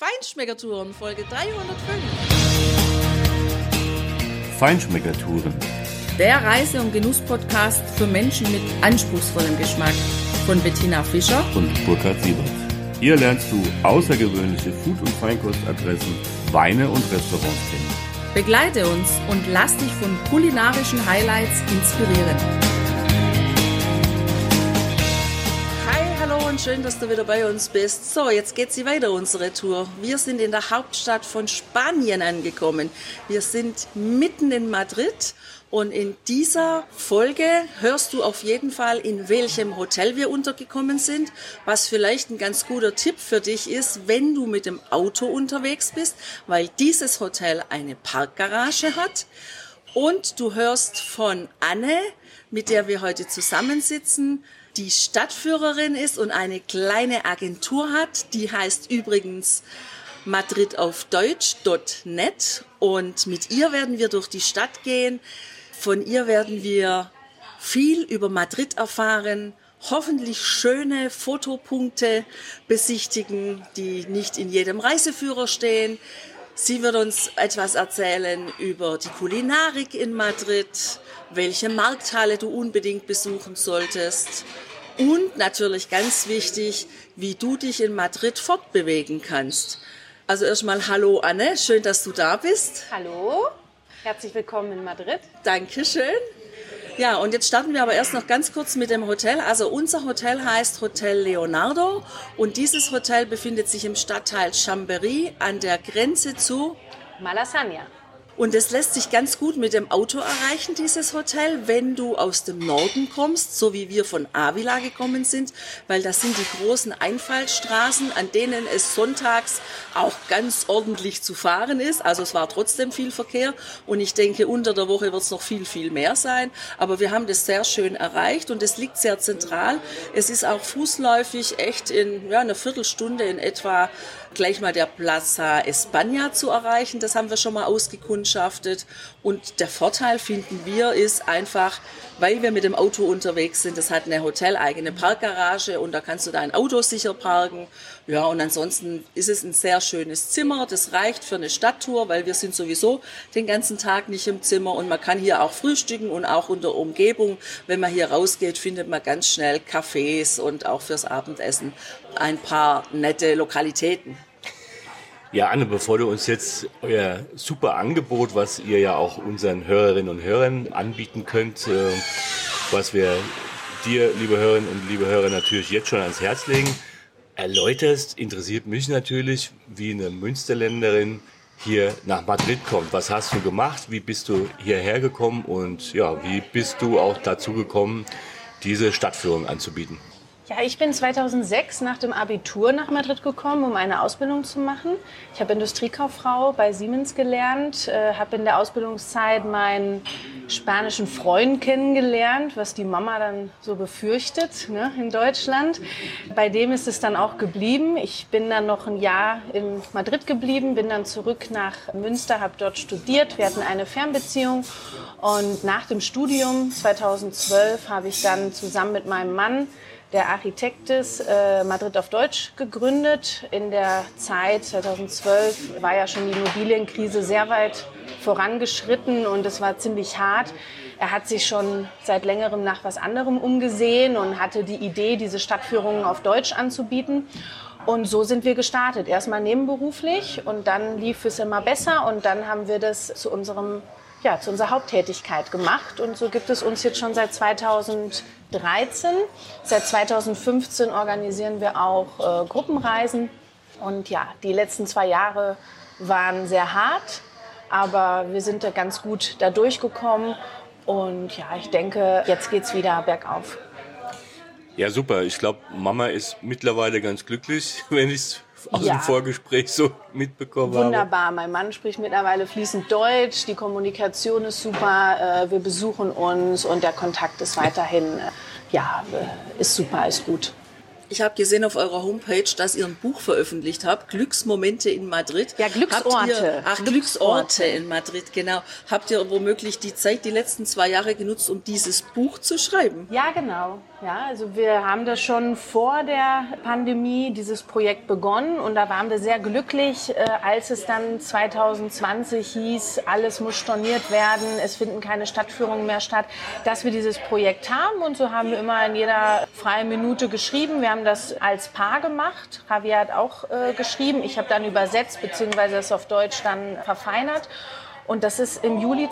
Feinschmeckertouren, Folge 305. Feinschmeckertouren. Der Reise- und Genuss-Podcast für Menschen mit anspruchsvollem Geschmack von Bettina Fischer Und Burkhard Siebert. Hier lernst du außergewöhnliche Food- und Feinkostadressen, Weine und Restaurants kennen. Begleite uns und lass dich von kulinarischen Highlights inspirieren. Hallo und schön, dass du wieder bei uns bist. So, jetzt geht sie weiter, unsere Tour. Wir sind in der Hauptstadt von Spanien angekommen. Wir sind mitten in Madrid und in dieser Folge hörst du auf jeden Fall, in welchem Hotel wir untergekommen sind, was vielleicht ein ganz guter Tipp für dich ist, wenn du mit dem Auto unterwegs bist, weil dieses Hotel eine Parkgarage hat. Und du hörst von Anne, mit der wir heute zusammensitzen, die Stadtführerin ist und eine kleine Agentur hat, die heißt übrigens madridaufdeutsch.net und mit ihr werden wir durch die Stadt gehen. Von ihr werden wir viel über Madrid erfahren, hoffentlich schöne Fotopunkte besichtigen, die nicht in jedem Reiseführer stehen. Sie wird uns etwas erzählen über die Kulinarik in Madrid, welche Markthalle du unbedingt besuchen solltest und natürlich ganz wichtig, wie du dich in Madrid fortbewegen kannst. Also erstmal hallo Anne, schön, dass du da bist. Hallo, herzlich willkommen in Madrid. Dankeschön. Ja, und jetzt starten wir aber erst noch ganz kurz mit dem Hotel. Also unser Hotel heißt Hotel Leonardo und dieses Hotel befindet sich im Stadtteil Chamberí an der Grenze zu Malasaña. Und es lässt sich ganz gut mit dem Auto erreichen, dieses Hotel, wenn du aus dem Norden kommst, so wie wir von Ávila gekommen sind, weil das sind die großen Einfallstraßen, an denen es sonntags auch ganz ordentlich zu fahren ist. Also es war trotzdem viel Verkehr und ich denke, unter der Woche wird es noch viel, viel mehr sein. Aber wir haben das sehr schön erreicht und es liegt sehr zentral. Es ist auch fußläufig echt in einer Viertelstunde in etwa gleich mal der Plaza España zu erreichen. Das haben wir schon mal ausgekundschaftet. Und der Vorteil, finden wir, ist einfach, weil wir mit dem Auto unterwegs sind, das hat eine hoteleigene Parkgarage und da kannst du dein Auto sicher parken. Ja, und ansonsten ist es ein sehr schönes Zimmer. Das reicht für eine Stadttour, weil wir sind sowieso den ganzen Tag nicht im Zimmer und man kann hier auch frühstücken und auch in der Umgebung. Wenn man hier rausgeht, findet man ganz schnell Cafés und auch fürs Abendessen ein paar nette Lokalitäten. Ja, Anne, bevor du uns jetzt euer super Angebot, was ihr ja auch unseren Hörerinnen und Hörern anbieten könnt, was wir dir, liebe Hörerinnen und liebe Hörer, natürlich jetzt schon ans Herz legen, erläuterst, interessiert mich natürlich, wie eine Münsterländerin hier nach Madrid kommt. Was hast du gemacht? Wie bist du hierher gekommen? Und ja, wie bist du auch dazu gekommen, diese Stadtführung anzubieten? Ja, ich bin 2006 nach dem Abitur nach Madrid gekommen, um eine Ausbildung zu machen. Ich habe Industriekauffrau bei Siemens gelernt, habe in der Ausbildungszeit meinen spanischen Freund kennengelernt, was die Mama dann so befürchtet, ne, in Deutschland. Bei dem ist es dann auch geblieben. Ich bin dann noch ein Jahr in Madrid geblieben, bin dann zurück nach Münster, habe dort studiert. Wir hatten eine Fernbeziehung und nach dem Studium 2012 habe ich dann zusammen mit meinem Mann, der Architekt ist, Madrid auf Deutsch gegründet. In der Zeit 2012 war ja schon die Immobilienkrise sehr weit vorangeschritten und es war ziemlich hart. Er hat sich schon seit längerem nach was anderem umgesehen und hatte die Idee, diese Stadtführungen auf Deutsch anzubieten. Und so sind wir gestartet. Erstmal nebenberuflich und dann lief es immer besser und dann haben wir das zu unserer Haupttätigkeit gemacht. Und so gibt es uns jetzt schon seit 2013. Seit 2015 organisieren wir auch Gruppenreisen. Und ja, die letzten 2 Jahre waren sehr hart, aber wir sind da ganz gut da durchgekommen. Und ja, ich denke, jetzt geht's wieder bergauf. Ja, super. Ich glaube, Mama ist mittlerweile ganz glücklich, wenn ich es aus dem Vorgespräch so mitbekommen habe. Wunderbar. Mein Mann spricht mittlerweile fließend Deutsch. Die Kommunikation ist super. Wir besuchen uns und der Kontakt ist weiterhin, ist super, ist gut. Ich habe gesehen auf eurer Homepage, dass ihr ein Buch veröffentlicht habt, Glücksmomente in Madrid. Ja, Glücksorte. Glücksorte in Madrid, genau. Habt ihr womöglich die Zeit, die letzten 2 Jahre genutzt, um dieses Buch zu schreiben? Ja, genau. Ja, also wir haben das schon vor der Pandemie, dieses Projekt begonnen und da waren wir sehr glücklich, als es dann 2020 hieß, alles muss storniert werden, es finden keine Stadtführungen mehr statt, dass wir dieses Projekt haben und so haben wir immer in jeder freien Minute geschrieben. Wir haben das als Paar gemacht, Javier hat auch geschrieben, ich habe dann übersetzt bzw. das auf Deutsch dann verfeinert und das ist im Juli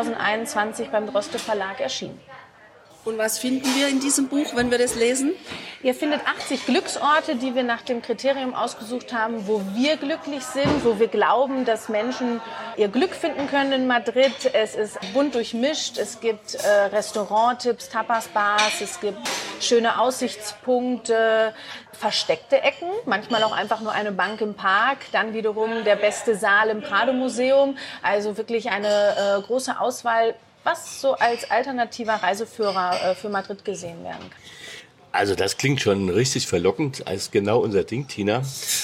2021 beim Droste Verlag erschienen. Und was finden wir in diesem Buch, wenn wir das lesen? Ihr findet 80 Glücksorte, die wir nach dem Kriterium ausgesucht haben, wo wir glücklich sind, wo wir glauben, dass Menschen ihr Glück finden können in Madrid. Es ist bunt durchmischt, es gibt Restauranttipps, Tapas-Bars, es gibt schöne Aussichtspunkte, versteckte Ecken, manchmal auch einfach nur eine Bank im Park, dann wiederum der beste Saal im Prado-Museum. Also wirklich eine große Auswahl, was so als alternativer Reiseführer für Madrid gesehen werden kann. Also das klingt schon richtig verlockend, als genau unser Ding, Tina.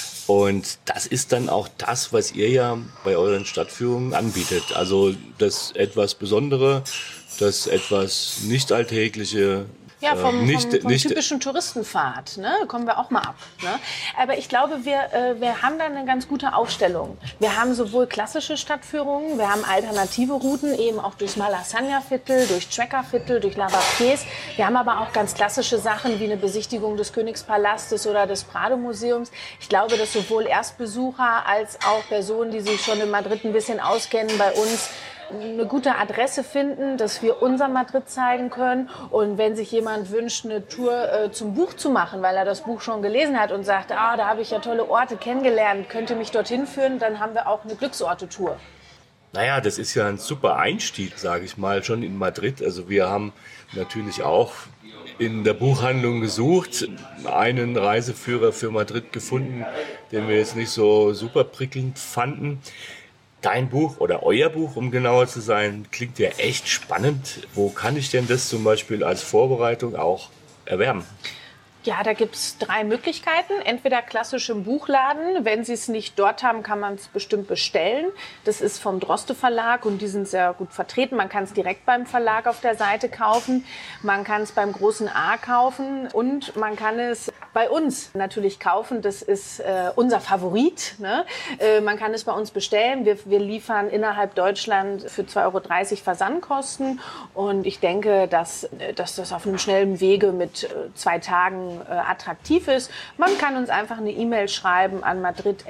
Und das ist dann auch das, was ihr ja bei euren Stadtführungen anbietet. Also das etwas Besondere, das etwas nicht Alltägliche. Ja, vom typischen Touristenpfad, ne? Kommen wir auch mal ab. Ne? Aber ich glaube, wir haben da eine ganz gute Aufstellung. Wir haben sowohl klassische Stadtführungen, wir haben alternative Routen, eben auch durchs Malasaña-Viertel, durch Chueca-Viertel, durch Lavapiés. Wir haben aber auch ganz klassische Sachen wie eine Besichtigung des Königspalastes oder des Prado-Museums. Ich glaube, dass sowohl Erstbesucher als auch Personen, die sich schon in Madrid ein bisschen auskennen, bei uns eine gute Adresse finden, dass wir unser Madrid zeigen können. Und wenn sich jemand wünscht, eine Tour zum Buch zu machen, weil er das Buch schon gelesen hat und sagt, da habe ich ja tolle Orte kennengelernt, könnte mich dorthin führen, dann haben wir auch eine Glücksorte-Tour. Naja, das ist ja ein super Einstieg, sage ich mal, schon in Madrid. Also wir haben natürlich auch in der Buchhandlung gesucht, einen Reiseführer für Madrid gefunden, den wir jetzt nicht so super prickelnd fanden. Dein Buch oder euer Buch, um genauer zu sein, klingt ja echt spannend. Wo kann ich denn das zum Beispiel als Vorbereitung auch erwerben? Ja, da gibt's 3 Möglichkeiten. Entweder klassisch im Buchladen. Wenn Sie es nicht dort haben, kann man es bestimmt bestellen. Das ist vom Droste Verlag und die sind sehr gut vertreten. Man kann es direkt beim Verlag auf der Seite kaufen. Man kann es beim großen A kaufen und man kann es bei uns natürlich kaufen. Das ist unser Favorit. Ne? Man kann es bei uns bestellen. Wir liefern innerhalb Deutschland für 2,30 € Versandkosten. Und ich denke, dass das auf einem schnellen Wege mit 2 Tagen attraktiv ist. Man kann uns einfach eine E-Mail schreiben an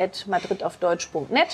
madrid@madridaufdeutsch.net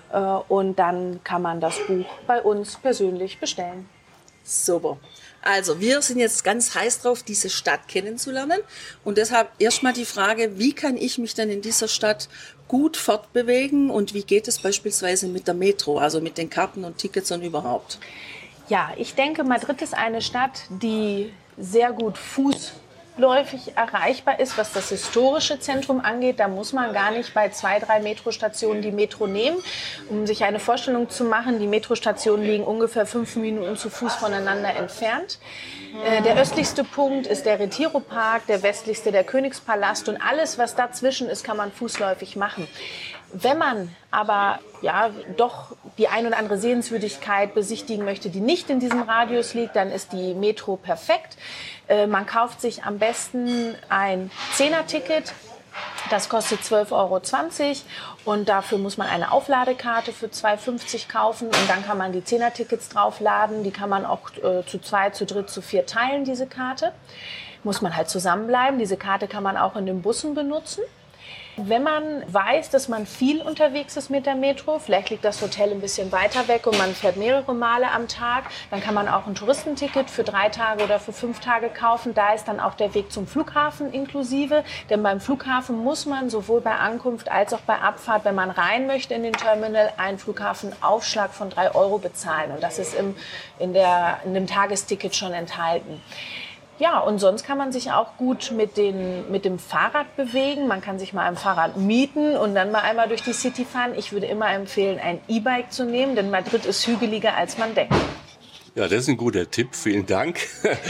und dann kann man das Buch bei uns persönlich bestellen. Super. Also wir sind jetzt ganz heiß drauf, diese Stadt kennenzulernen und deshalb erstmal die Frage, wie kann ich mich denn in dieser Stadt gut fortbewegen und wie geht es beispielsweise mit der Metro, also mit den Karten und Tickets und überhaupt? Ja, ich denke, Madrid ist eine Stadt, die sehr gut fußläufig erreichbar ist, was das historische Zentrum angeht. Da muss man gar nicht bei 2, 3 Metrostationen die Metro nehmen. Um sich eine Vorstellung zu machen, die Metrostationen liegen ungefähr 5 Minuten zu Fuß voneinander entfernt. Der östlichste Punkt ist der Retiro-Park, der westlichste der Königspalast und alles, was dazwischen ist, kann man fußläufig machen. Wenn man aber doch die ein oder andere Sehenswürdigkeit besichtigen möchte, die nicht in diesem Radius liegt, dann ist die Metro perfekt. Man kauft sich am besten ein 10er-Ticket. Das kostet 12,20 € und dafür muss man eine Aufladekarte für 2,50 € kaufen und dann kann man die 10er-Tickets draufladen. Die kann man auch zu 2, zu 3, zu 4 teilen, diese Karte. Muss man halt zusammenbleiben. Diese Karte kann man auch in den Bussen benutzen. Wenn man weiß, dass man viel unterwegs ist mit der Metro, vielleicht liegt das Hotel ein bisschen weiter weg und man fährt mehrere Male am Tag, dann kann man auch ein Touristenticket für 3 Tage oder für 5 Tage kaufen. Da ist dann auch der Weg zum Flughafen inklusive, denn beim Flughafen muss man sowohl bei Ankunft als auch bei Abfahrt, wenn man rein möchte in den Terminal, einen Flughafenaufschlag von 3 € bezahlen und das ist in dem Tagesticket schon enthalten. Ja, und sonst kann man sich auch gut mit dem Fahrrad bewegen. Man kann sich mal ein Fahrrad mieten und dann mal einmal durch die City fahren. Ich würde immer empfehlen, ein E-Bike zu nehmen, denn Madrid ist hügeliger, als man denkt. Ja, das ist ein guter Tipp. Vielen Dank.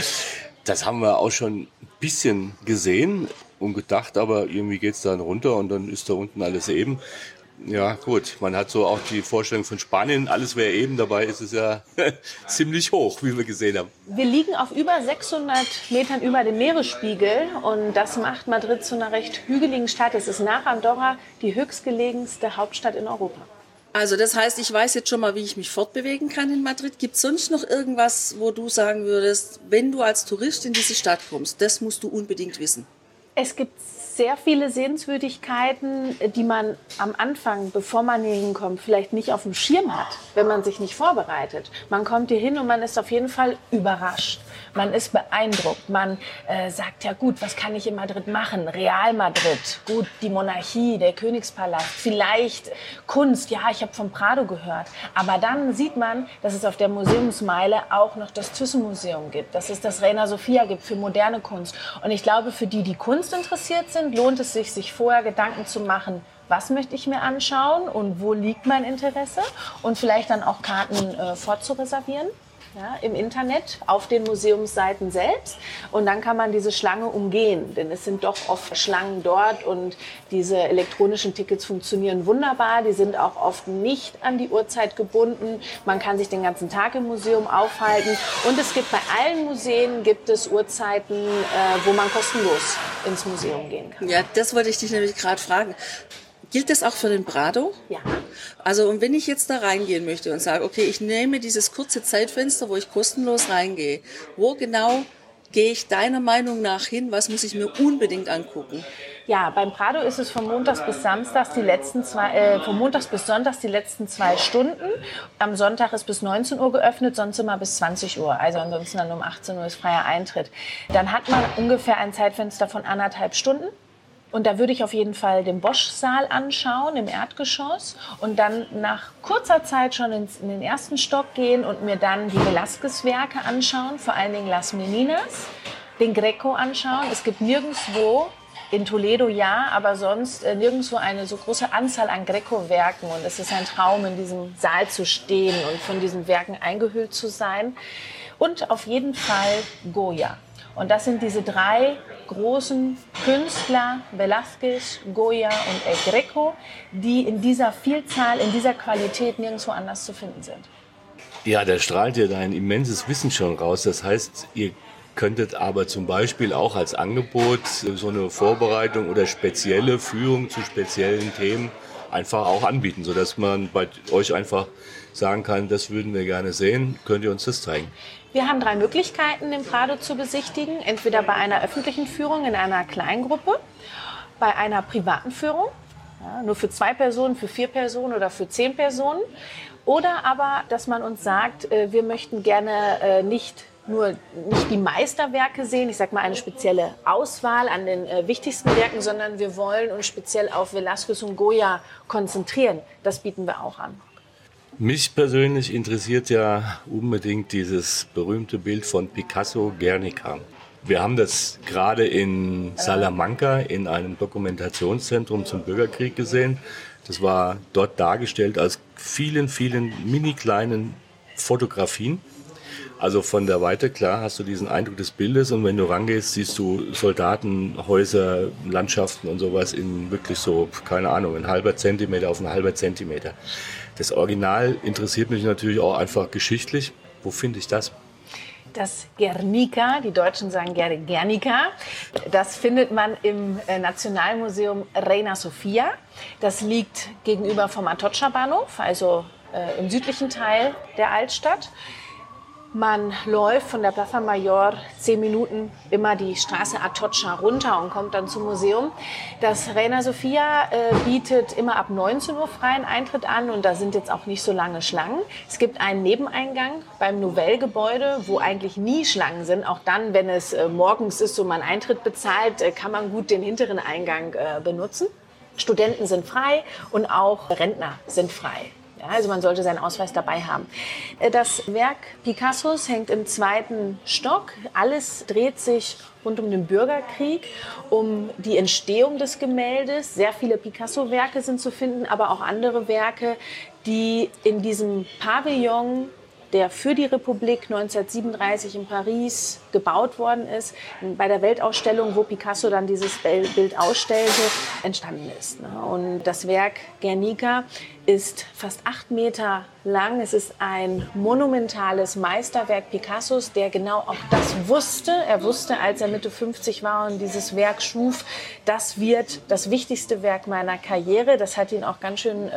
Das haben wir auch schon ein bisschen gesehen und gedacht, aber irgendwie geht es dann runter und dann ist da unten alles eben. Ja, gut. Man hat so auch die Vorstellung von Spanien, alles wäre eben, dabei ist es ja ziemlich hoch, wie wir gesehen haben. Wir liegen auf über 600 Metern über dem Meeresspiegel und das macht Madrid zu einer recht hügeligen Stadt. Es ist nach Andorra die höchstgelegenste Hauptstadt in Europa. Also das heißt, ich weiß jetzt schon mal, wie ich mich fortbewegen kann in Madrid. Gibt es sonst noch irgendwas, wo du sagen würdest, wenn du als Tourist in diese Stadt kommst, das musst du unbedingt wissen? Es gibt sehr viele Sehenswürdigkeiten, die man am Anfang, bevor man hier hinkommt, vielleicht nicht auf dem Schirm hat, wenn man sich nicht vorbereitet. Man kommt hier hin und man ist auf jeden Fall überrascht. Man ist beeindruckt. Man sagt, ja gut, was kann ich in Madrid machen? Real Madrid, gut, die Monarchie, der Königspalast, vielleicht Kunst. Ja, ich habe vom Prado gehört. Aber dann sieht man, dass es auf der Museumsmeile auch noch das Thyssen-Museum gibt, dass es das Reina Sofia gibt für moderne Kunst. Und ich glaube, für die, die Kunst interessiert sind, lohnt es sich vorher Gedanken zu machen, was möchte ich mir anschauen und wo liegt mein Interesse und vielleicht dann auch Karten vorzureservieren. Ja, im Internet, auf den Museumsseiten selbst. Und dann kann man diese Schlange umgehen, denn es sind doch oft Schlangen dort und diese elektronischen Tickets funktionieren wunderbar. Die sind auch oft nicht an die Uhrzeit gebunden. Man kann sich den ganzen Tag im Museum aufhalten. Und es gibt bei allen Museen Uhrzeiten, wo man kostenlos ins Museum gehen kann. Ja, das wollte ich dich nämlich gerade fragen. Gilt das auch für den Prado? Ja. Also und wenn ich jetzt da reingehen möchte und sage, okay, ich nehme dieses kurze Zeitfenster, wo ich kostenlos reingehe, wo genau gehe ich deiner Meinung nach hin? Was muss ich mir unbedingt angucken? Ja, beim Prado ist es von Montags bis Sonntags die letzten 2 Stunden. Am Sonntag ist bis 19 Uhr geöffnet, sonst immer bis 20 Uhr. Also ansonsten dann um 18 Uhr ist freier Eintritt. Dann hat man ungefähr ein Zeitfenster von 1,5 Stunden. Und da würde ich auf jeden Fall den Bosch-Saal anschauen im Erdgeschoss und dann nach kurzer Zeit schon in den ersten Stock gehen und mir dann die Velázquez-Werke anschauen, vor allen Dingen Las Meninas, den Greco anschauen. Es gibt nirgendwo, in Toledo ja, aber sonst nirgendwo eine so große Anzahl an Greco-Werken. Und es ist ein Traum, in diesem Saal zu stehen und von diesen Werken eingehüllt zu sein. Und auf jeden Fall Goya. Und das sind diese 3 großen Künstler, Velázquez, Goya und El Greco, die in dieser Vielzahl, in dieser Qualität nirgendwo anders zu finden sind. Ja, da strahlt ja da ein immenses Wissen schon raus. Das heißt, ihr könntet aber zum Beispiel auch als Angebot so eine Vorbereitung oder spezielle Führung zu speziellen Themen einfach auch anbieten, sodass man bei euch einfach sagen kann, das würden wir gerne sehen, könnt ihr uns das zeigen? Wir haben 3 Möglichkeiten, den Prado zu besichtigen. Entweder bei einer öffentlichen Führung in einer Kleingruppe, bei einer privaten Führung, ja, nur für 2 Personen, für 4 Personen oder für 10 Personen. Oder aber, dass man uns sagt, wir möchten gerne nicht die Meisterwerke sehen, ich sage mal eine spezielle Auswahl an den wichtigsten Werken, sondern wir wollen uns speziell auf Velázquez und Goya konzentrieren. Das bieten wir auch an. Mich persönlich interessiert ja unbedingt dieses berühmte Bild von Picasso, Guernica. Wir haben das gerade in Salamanca in einem Dokumentationszentrum zum Bürgerkrieg gesehen. Das war dort dargestellt als vielen, vielen mini kleinen Fotografien. Also von der Weite, klar, hast du diesen Eindruck des Bildes und wenn du rangehst, siehst du Soldaten, Häuser, Landschaften und sowas in wirklich so, keine Ahnung, 1/2 Zentimeter auf 1/2 Zentimeter. Das Original interessiert mich natürlich auch einfach geschichtlich. Wo finde ich das? Das Guernica, die Deutschen sagen Guernica, das findet man im Nationalmuseum Reina Sofia. Das liegt gegenüber vom Atocha-Bahnhof, also im südlichen Teil der Altstadt. Man läuft von der Plaza Mayor 10 Minuten immer die Straße Atocha runter und kommt dann zum Museum. Das Reina Sofia bietet immer ab 19 Uhr freien Eintritt an und da sind jetzt auch nicht so lange Schlangen. Es gibt einen Nebeneingang beim Novell-Gebäude, wo eigentlich nie Schlangen sind. Auch dann, wenn es morgens ist und man Eintritt bezahlt, kann man gut den hinteren Eingang benutzen. Studenten sind frei und auch Rentner sind frei. Ja, also man sollte seinen Ausweis dabei haben. Das Werk Picassos hängt im 2. Stock. Alles dreht sich rund um den Bürgerkrieg, um die Entstehung des Gemäldes. Sehr viele Picasso-Werke sind zu finden, aber auch andere Werke, die in diesem Pavillon der für die Republik 1937 in Paris gebaut worden ist, bei der Weltausstellung, wo Picasso dann dieses Bild ausstellte, entstanden ist. Und das Werk Guernica ist fast 8 Meter lang. Es ist ein monumentales Meisterwerk Picassos, der genau auch das wusste. Er wusste, als er Mitte 50 war und dieses Werk schuf, das wird das wichtigste Werk meiner Karriere. Das hat ihn auch ganz schön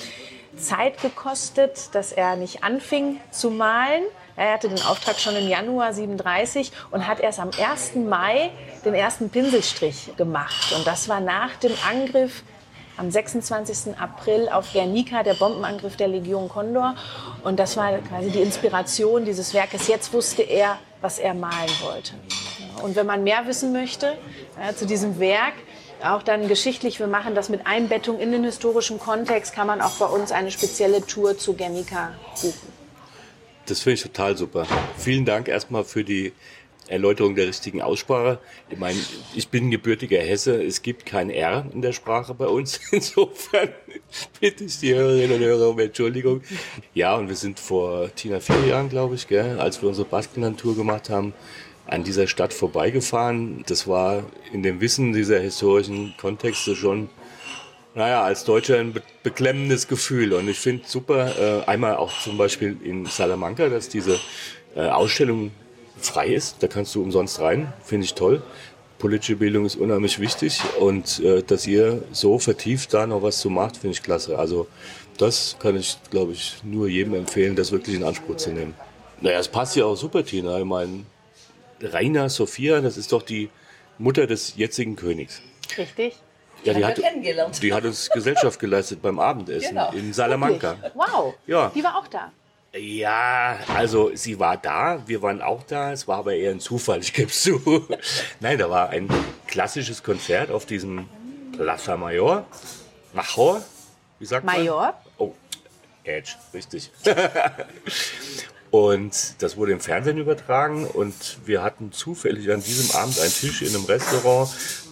Zeit gekostet, dass er nicht anfing zu malen. Er hatte den Auftrag schon im Januar 37 und hat erst am 1. Mai den ersten Pinselstrich gemacht. Und das war nach dem Angriff am 26. April auf Guernica, der Bombenangriff der Legion Condor. Und das war quasi die Inspiration dieses Werkes. Jetzt wusste er, was er malen wollte. Und wenn man mehr wissen möchte zu diesem Werk, auch dann geschichtlich, wir machen das mit Einbettung in den historischen Kontext, kann man auch bei uns eine spezielle Tour zu Guernica buchen. Das finde ich total super. Vielen Dank erstmal für die Erläuterung der richtigen Aussprache. Ich meine, ich bin gebürtiger Hesse, es gibt kein R in der Sprache bei uns. Insofern bitte ich die Hörerinnen und Hörer um Entschuldigung. Ja, und wir sind vor 4 Jahren, glaube ich, als wir unsere Baskenland-Tour gemacht haben, an dieser Stadt vorbeigefahren. Das war in dem Wissen dieser historischen Kontexte schon, als Deutscher ein beklemmendes Gefühl. Und ich finde super, einmal auch zum Beispiel in Salamanca, dass diese Ausstellung frei ist. Da kannst du umsonst rein. Finde ich toll. Politische Bildung ist unheimlich wichtig. Und dass ihr so vertieft da noch was zu macht, finde ich klasse. Also das kann ich, glaube ich, nur jedem empfehlen, das wirklich in Anspruch zu nehmen. Naja, es passt ja auch super, Tina. Ich meine, Reina Sofia, das ist doch die Mutter des jetzigen Königs. Richtig. Ja, die hat uns Gesellschaft geleistet beim Abendessen in Salamanca. Wirklich? Wow, ja. Die war auch da. Ja, also sie war da, wir waren auch da, es war aber eher ein Zufall, ich gebe es zu. Nein, da war ein klassisches Konzert auf diesem Plaza Mayor. Wie sagt man? Mayor? Oh, Edge, richtig. Und das wurde im Fernsehen übertragen und wir hatten zufällig an diesem Abend einen Tisch in einem Restaurant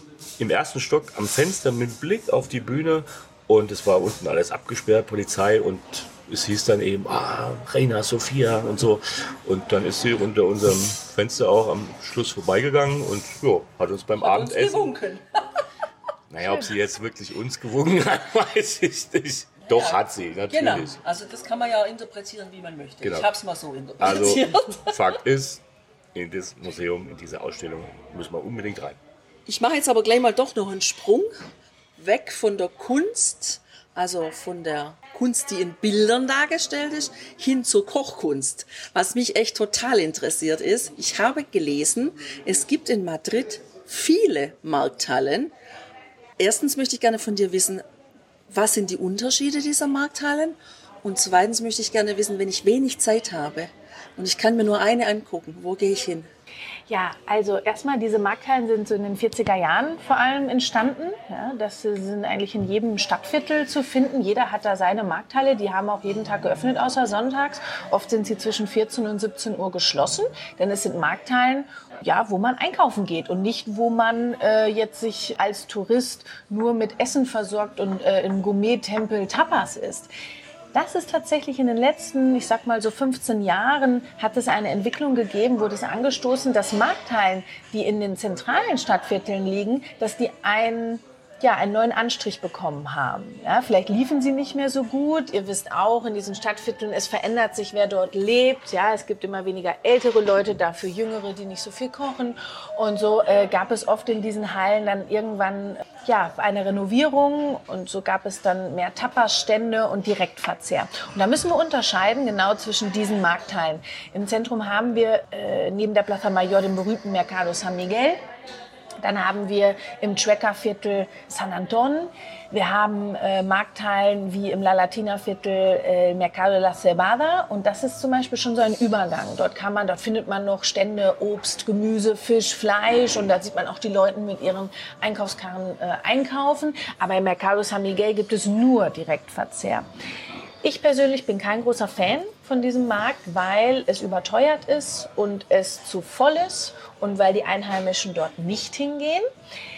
im 1. Stock am Fenster mit Blick auf die Bühne und es war unten alles abgesperrt, Polizei, und es hieß dann eben, Reina Sofia und so. Und dann ist sie unter unserem Fenster auch am Schluss vorbeigegangen und hat uns beim Abendessen... Uns gewunken. Naja, ob sie jetzt wirklich uns gewunken hat, weiß ich nicht. Doch, hat sie, natürlich. Genau, also das kann man ja interpretieren, wie man möchte. Genau. Ich habe es mal so interpretiert. Also, Fakt ist, in das Museum, in diese Ausstellung müssen wir unbedingt rein. Ich mache jetzt aber gleich mal doch noch einen Sprung weg von der Kunst, also von der Kunst, die in Bildern dargestellt ist, hin zur Kochkunst. Was mich echt total interessiert ist, ich habe gelesen, es gibt in Madrid viele Markthallen. Erstens möchte ich gerne von dir wissen, was sind die Unterschiede dieser Markthallen? Und zweitens möchte ich gerne wissen, wenn ich wenig Zeit habe und ich kann mir nur eine angucken, wo gehe ich hin? Ja, also erstmal, diese Markthallen sind so in den 40er Jahren vor allem entstanden. Ja, das sind eigentlich in jedem Stadtviertel zu finden. Jeder hat da seine Markthalle. Die haben auch jeden Tag geöffnet, außer sonntags. Oft sind sie zwischen 14 und 17 Uhr geschlossen, denn es sind Markthallen, wo man einkaufen geht und nicht, wo man jetzt sich als Tourist nur mit Essen versorgt und im Gourmet-Tempel Tapas isst. Das ist tatsächlich in den letzten, ich sag mal so 15 Jahren, hat es eine Entwicklung gegeben, wurde es angestoßen, dass Markthallen, die in den zentralen Stadtvierteln liegen, dass die einen neuen Anstrich bekommen haben. Ja, vielleicht liefen sie nicht mehr so gut. Ihr wisst auch, in diesen Stadtvierteln, es verändert sich, wer dort lebt. Ja, es gibt immer weniger ältere Leute, dafür Jüngere, die nicht so viel kochen. Und so gab es oft in diesen Hallen dann irgendwann eine Renovierung. Und so gab es dann mehr Tapasstände und Direktverzehr. Und da müssen wir unterscheiden, genau zwischen diesen Markthallen. Im Zentrum haben wir neben der Plaza Mayor den berühmten Mercado San Miguel. Dann haben wir im Chueca-Viertel San Anton. Wir haben Markthallen wie im La Latina-Viertel Mercado de la Cebada. Und das ist zum Beispiel schon so ein Übergang. Dort findet man noch Stände Obst, Gemüse, Fisch, Fleisch. Und da sieht man auch die Leute mit ihren Einkaufskarren einkaufen. Aber im Mercado San Miguel gibt es nur Direktverzehr. Ich persönlich bin kein großer Fan von diesem Markt, weil es überteuert ist und es zu voll ist und weil die Einheimischen dort nicht hingehen.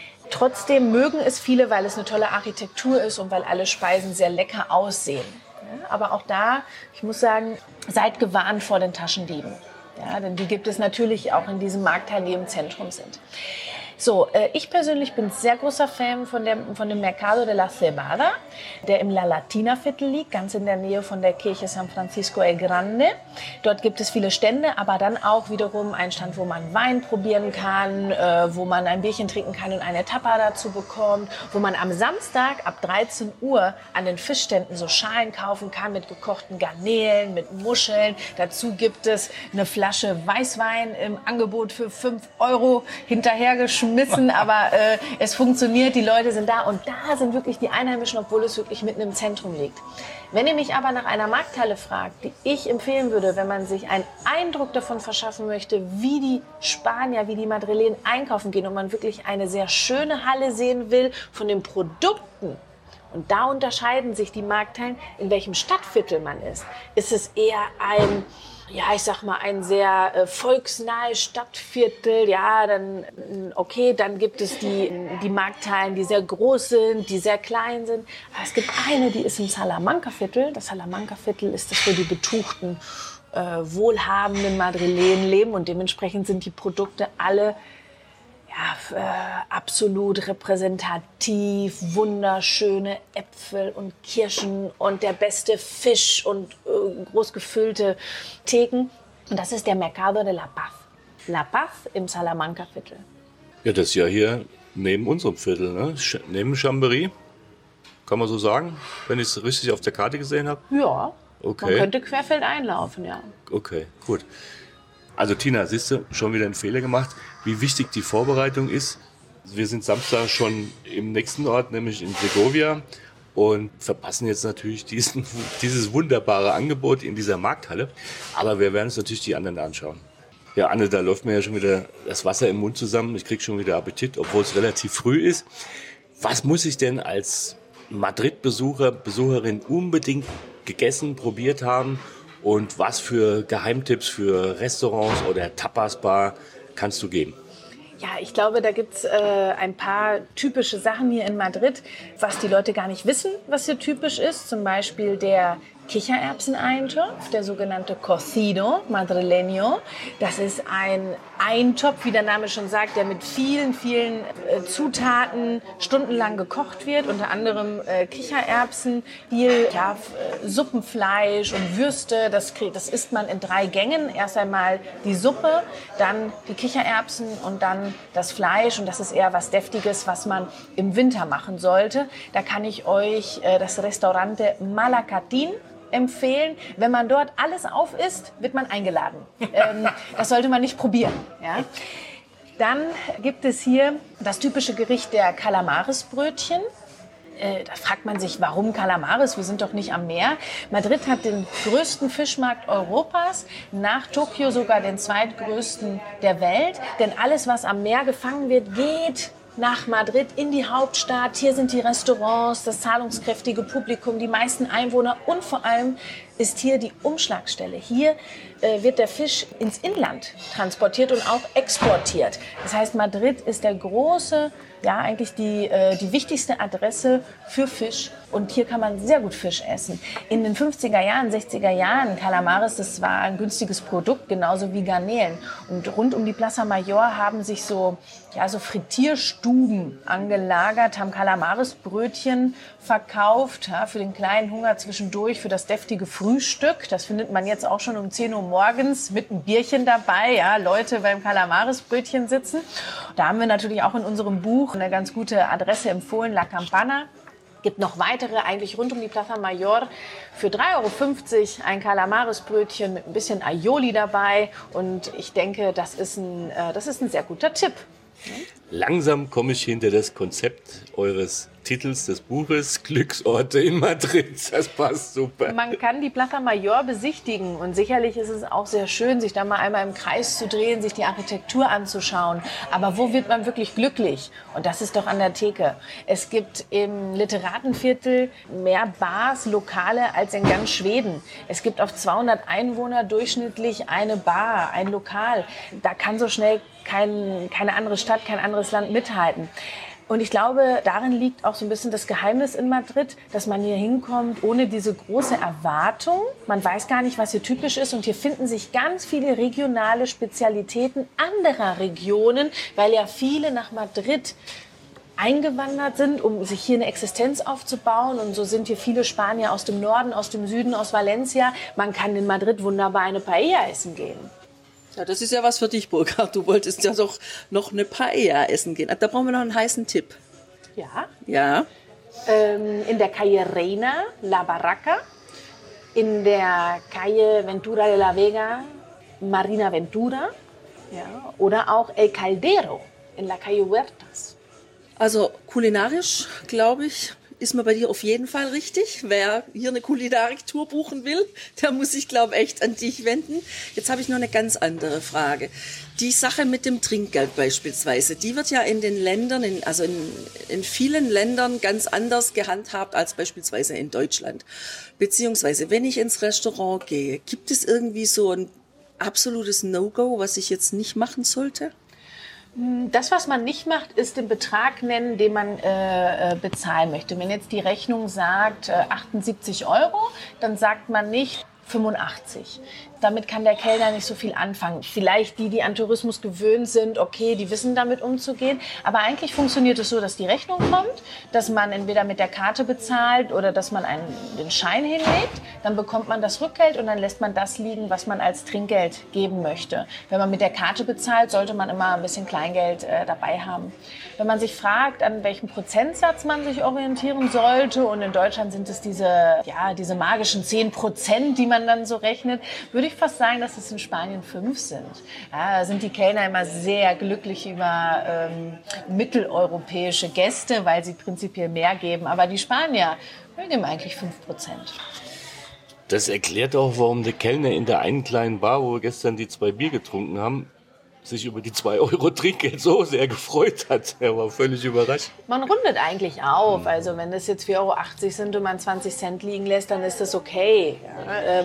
Trotzdem mögen es viele, weil es eine tolle Architektur ist und weil alle Speisen sehr lecker aussehen. Ja, aber auch da, ich muss sagen, seid gewarnt vor den Taschendieben. Ja, denn die gibt es natürlich auch in diesem Marktteil, die im Zentrum sind. So, ich persönlich bin sehr großer Fan von dem Mercado de la Cebada, der im La Latina Viertel liegt, ganz in der Nähe von der Kirche San Francisco el Grande. Dort gibt es viele Stände, aber dann auch wiederum einen Stand, wo man Wein probieren kann, wo man ein Bierchen trinken kann und eine Tapa dazu bekommt, wo man am Samstag ab 13 Uhr an den Fischständen so Schalen kaufen kann mit gekochten Garnelen, mit Muscheln. Dazu gibt es eine Flasche Weißwein im Angebot für 5 € hinterhergeschmissen. Aber es funktioniert, die Leute sind da und da sind wirklich die Einheimischen, obwohl es wirklich mitten im Zentrum liegt. Wenn ihr mich aber nach einer Markthalle fragt, die ich empfehlen würde, wenn man sich einen Eindruck davon verschaffen möchte, wie die Spanier, wie die Madrilenen einkaufen gehen und man wirklich eine sehr schöne Halle sehen will von den Produkten, und da unterscheiden sich die Markthallen, in welchem Stadtviertel man ist. Ist es eher ein, ja, ich sag mal, ein sehr volksnahes Stadtviertel, ja, dann, okay, dann gibt es die Markthallen, die sehr groß sind, die sehr klein sind. Aber es gibt eine, die ist im Salamanca-Viertel. Das Salamanca-Viertel ist das, wo die betuchten, wohlhabenden Madrilenen leben und dementsprechend sind die Produkte alle absolut repräsentativ, wunderschöne Äpfel und Kirschen und der beste Fisch und groß gefüllte Theken. Und das ist der Mercado de la Paz. La Paz im Salamanca-Viertel. Ja, das ist ja hier neben unserem Viertel, ne? Neben Chambéry, kann man so sagen, wenn ich es richtig auf der Karte gesehen habe? Ja, okay. Man könnte querfeldein laufen, ja. Okay, gut. Also Tina, siehst du, schon wieder einen Fehler gemacht. Wie wichtig die Vorbereitung ist. Wir sind Samstag schon im nächsten Ort, nämlich in Segovia und verpassen jetzt natürlich dieses wunderbare Angebot in dieser Markthalle. Aber wir werden uns natürlich die anderen anschauen. Ja, Anne, da läuft mir ja schon wieder das Wasser im Mund zusammen. Ich kriege schon wieder Appetit, obwohl es relativ früh ist. Was muss ich denn als Madrid-Besucher, Besucherin unbedingt gegessen, probiert haben? Und was für Geheimtipps für Restaurants oder Tapas-Bar kannst du geben? Ja, ich glaube, da gibt's ein paar typische Sachen hier in Madrid, was die Leute gar nicht wissen, was hier typisch ist. Zum Beispiel der Kichererbseneintopf, der sogenannte Cocido Madrileño. Das ist ein Eintopf, wie der Name schon sagt, der mit vielen Zutaten stundenlang gekocht wird. Unter anderem Kichererbsen, viel Suppenfleisch und Würste. Das isst man in 3 Gängen. Erst einmal die Suppe, dann die Kichererbsen und dann das Fleisch. Und das ist eher was Deftiges, was man im Winter machen sollte. Da kann ich euch das Restaurante Malacatín empfehlen. Wenn man dort alles auf isst, wird man eingeladen. Das sollte man nicht probieren. Ja? Dann gibt es hier das typische Gericht der Calamaresbrötchen. Da fragt man sich, warum Calamares? Wir sind doch nicht am Meer. Madrid hat den größten Fischmarkt Europas, nach Tokio sogar den zweitgrößten der Welt. Denn alles, was am Meer gefangen wird, geht nach Madrid in die Hauptstadt. Hier sind die Restaurants, das zahlungskräftige Publikum, die meisten Einwohner und vor allem ist hier die Umschlagstelle. Hier wird der Fisch ins Inland transportiert und auch exportiert. Das heißt, Madrid ist der große, eigentlich die wichtigste Adresse für Fisch. Und hier kann man sehr gut Fisch essen. In den 50er Jahren, 60er Jahren, Calamares, das war ein günstiges Produkt, genauso wie Garnelen. Und rund um die Plaza Mayor haben sich so Frittierstuben angelagert, haben Calamaresbrötchen verkauft, für den kleinen Hunger zwischendurch, für das deftige Frühstück. Das findet man jetzt auch schon um 10 Uhr morgens mit einem Bierchen dabei, Leute beim Calamaresbrötchen sitzen. Da haben wir natürlich auch in unserem Buch eine ganz gute Adresse empfohlen, La Campana. Gibt noch weitere, eigentlich rund um die Plaza Mayor. Für 3,50 € ein Calamaresbrötchen mit ein bisschen Aioli dabei. Und ich denke, das ist ein sehr guter Tipp. Langsam komme ich hinter das Konzept eures Titels des Buches, Glücksorte in Madrid. Das passt super. Man kann die Plaza Mayor besichtigen und sicherlich ist es auch sehr schön, sich da mal einmal im Kreis zu drehen, sich die Architektur anzuschauen. Aber wo wird man wirklich glücklich? Und das ist doch an der Theke. Es gibt im Literatenviertel mehr Bars, Lokale als in ganz Schweden. Es gibt auf 200 Einwohner durchschnittlich eine Bar, ein Lokal. Da kann so schnell keine andere Stadt, kein anderes Land mithalten. Und ich glaube, darin liegt auch so ein bisschen das Geheimnis in Madrid, dass man hier hinkommt ohne diese große Erwartung. Man weiß gar nicht, was hier typisch ist. Und hier finden sich ganz viele regionale Spezialitäten anderer Regionen, weil ja viele nach Madrid eingewandert sind, um sich hier eine Existenz aufzubauen. Und so sind hier viele Spanier aus dem Norden, aus dem Süden, aus Valencia. Man kann in Madrid wunderbar eine Paella essen gehen. Ja, das ist ja was für dich, Burkhard. Du wolltest ja doch noch eine Paella essen gehen. Da brauchen wir noch einen heißen Tipp. Ja. Ja. In der Calle Reina, La Barraca. In der Calle Ventura de la Vega, Marina Ventura. Ja. Oder auch El Caldero in la Calle Huertas. Also kulinarisch, glaube ich, ist man bei dir auf jeden Fall richtig. Wer hier eine Kulinarik-Tour buchen will, der muss sich, glaube ich, echt an dich wenden. Jetzt habe ich noch eine ganz andere Frage. Die Sache mit dem Trinkgeld beispielsweise, die wird ja in den Ländern, in vielen Ländern ganz anders gehandhabt als beispielsweise in Deutschland. Beziehungsweise, wenn ich ins Restaurant gehe, gibt es irgendwie so ein absolutes No-Go, was ich jetzt nicht machen sollte? Das, was man nicht macht, ist den Betrag nennen, den man bezahlen möchte. Wenn jetzt die Rechnung sagt 78 €, dann sagt man nicht 85. Damit kann der Kellner nicht so viel anfangen. Vielleicht die an Tourismus gewöhnt sind, okay, die wissen damit umzugehen. Aber eigentlich funktioniert es so, dass die Rechnung kommt, dass man entweder mit der Karte bezahlt oder dass man den Schein hinlegt. Dann bekommt man das Rückgeld und dann lässt man das liegen, was man als Trinkgeld geben möchte. Wenn man mit der Karte bezahlt, sollte man immer ein bisschen Kleingeld dabei haben. Wenn man sich fragt, an welchem Prozentsatz man sich orientieren sollte, und in Deutschland sind es diese magischen 10%, die man dann so rechnet, würde ich fast sagen, dass es in Spanien 5 sind. Ja, da sind die Kellner immer sehr glücklich über mitteleuropäische Gäste, weil sie prinzipiell mehr geben. Aber die Spanier geben eigentlich 5%. Das erklärt auch, warum der Kellner in der einen kleinen Bar, wo wir gestern die 2 Bier getrunken haben, sich über die 2 € Trinkgeld so sehr gefreut hat. Er war völlig überrascht. Man rundet eigentlich auf. Also wenn das jetzt 4,80 € sind und man 20 Cent liegen lässt, dann ist das okay. Ja,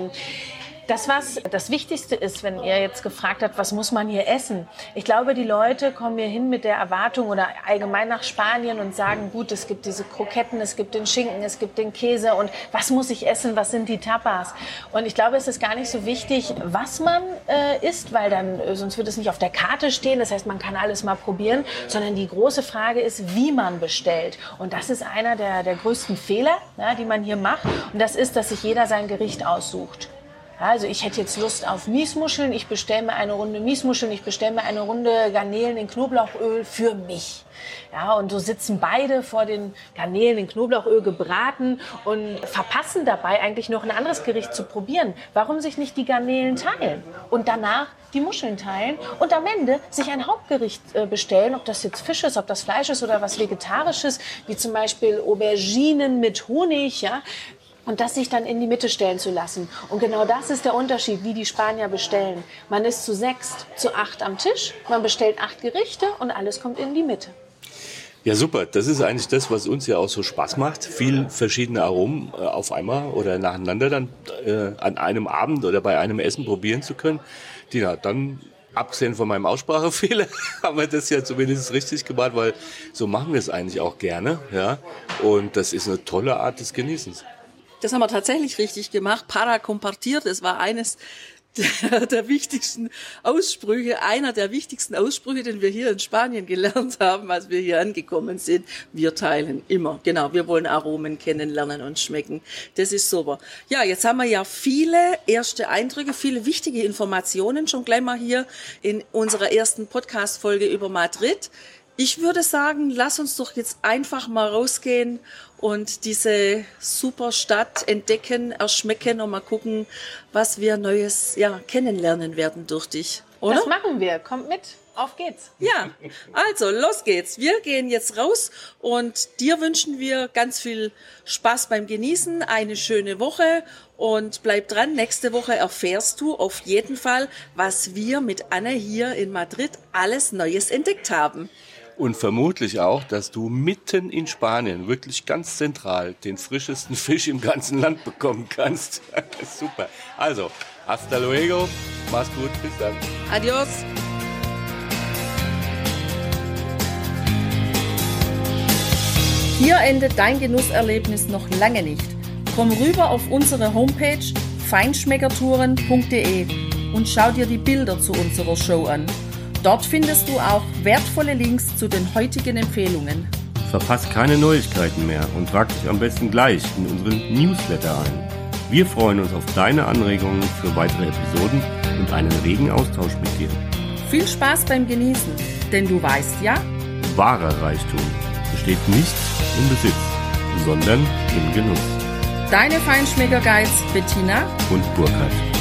das Wichtigste ist, wenn ihr jetzt gefragt habt, was muss man hier essen? Ich glaube, die Leute kommen hier hin mit der Erwartung oder allgemein nach Spanien und sagen, gut, es gibt diese Kroketten, es gibt den Schinken, es gibt den Käse und was muss ich essen, was sind die Tapas? Und ich glaube, es ist gar nicht so wichtig, was man isst, weil dann sonst wird es nicht auf der Karte stehen. Das heißt, man kann alles mal probieren, sondern die große Frage ist, wie man bestellt. Und das ist einer der größten Fehler, ja, die man hier macht. Und das ist, dass sich jeder sein Gericht aussucht. Also ich hätte jetzt Lust auf Miesmuscheln, ich bestelle mir eine Runde Miesmuscheln, ich bestelle mir eine Runde Garnelen in Knoblauchöl für mich. Ja, und so sitzen beide vor den Garnelen in Knoblauchöl gebraten und verpassen dabei eigentlich noch ein anderes Gericht zu probieren. Warum sich nicht die Garnelen teilen und danach die Muscheln teilen und am Ende sich ein Hauptgericht bestellen, ob das jetzt Fisch ist, ob das Fleisch ist oder was Vegetarisches, wie zum Beispiel Auberginen mit Honig, ja. Und das sich dann in die Mitte stellen zu lassen. Und genau das ist der Unterschied, wie die Spanier bestellen. Man ist zu 6, zu 8 am Tisch, man bestellt 8 Gerichte und alles kommt in die Mitte. Ja, super. Das ist eigentlich das, was uns ja auch so Spaß macht. Viel verschiedene Aromen auf einmal oder nacheinander dann an einem Abend oder bei einem Essen probieren zu können. Die dann, abgesehen von meinem Aussprachefehler, haben wir das ja zumindest richtig gemacht, weil so machen wir es eigentlich auch gerne. Ja? Und das ist eine tolle Art des Genießens. Das haben wir tatsächlich richtig gemacht. Para compartir, das war eines der wichtigsten Aussprüche, einer der wichtigsten Aussprüche, den wir hier in Spanien gelernt haben, als wir hier angekommen sind. Wir teilen immer. Genau, wir wollen Aromen kennenlernen und schmecken. Das ist super. Ja, jetzt haben wir ja viele erste Eindrücke, viele wichtige Informationen schon gleich mal hier in unserer ersten Podcast-Folge über Madrid. Ich würde sagen, lass uns doch jetzt einfach mal rausgehen und diese super Stadt entdecken, erschmecken und mal gucken, was wir Neues kennenlernen werden durch dich, oder? Das machen wir. Kommt mit. Auf geht's. Ja, also los geht's. Wir gehen jetzt raus und dir wünschen wir ganz viel Spaß beim Genießen, eine schöne Woche und bleib dran. Nächste Woche erfährst du auf jeden Fall, was wir mit Anne hier in Madrid alles Neues entdeckt haben. Und vermutlich auch, dass du mitten in Spanien, wirklich ganz zentral, den frischesten Fisch im ganzen Land bekommen kannst. Super. Also, hasta luego. Mach's gut. Bis dann. Adios. Hier endet dein Genusserlebnis noch lange nicht. Komm rüber auf unsere Homepage feinschmeckertouren.de und schau dir die Bilder zu unserer Show an. Dort findest du auch wertvolle Links zu den heutigen Empfehlungen. Verpasst keine Neuigkeiten mehr und trag dich am besten gleich in unseren Newsletter ein. Wir freuen uns auf deine Anregungen für weitere Episoden und einen regen Austausch mit dir. Viel Spaß beim Genießen, denn du weißt ja, wahrer Reichtum besteht nicht im Besitz, sondern im Genuss. Deine Feinschmecker-Guides Bettina und Burkhard.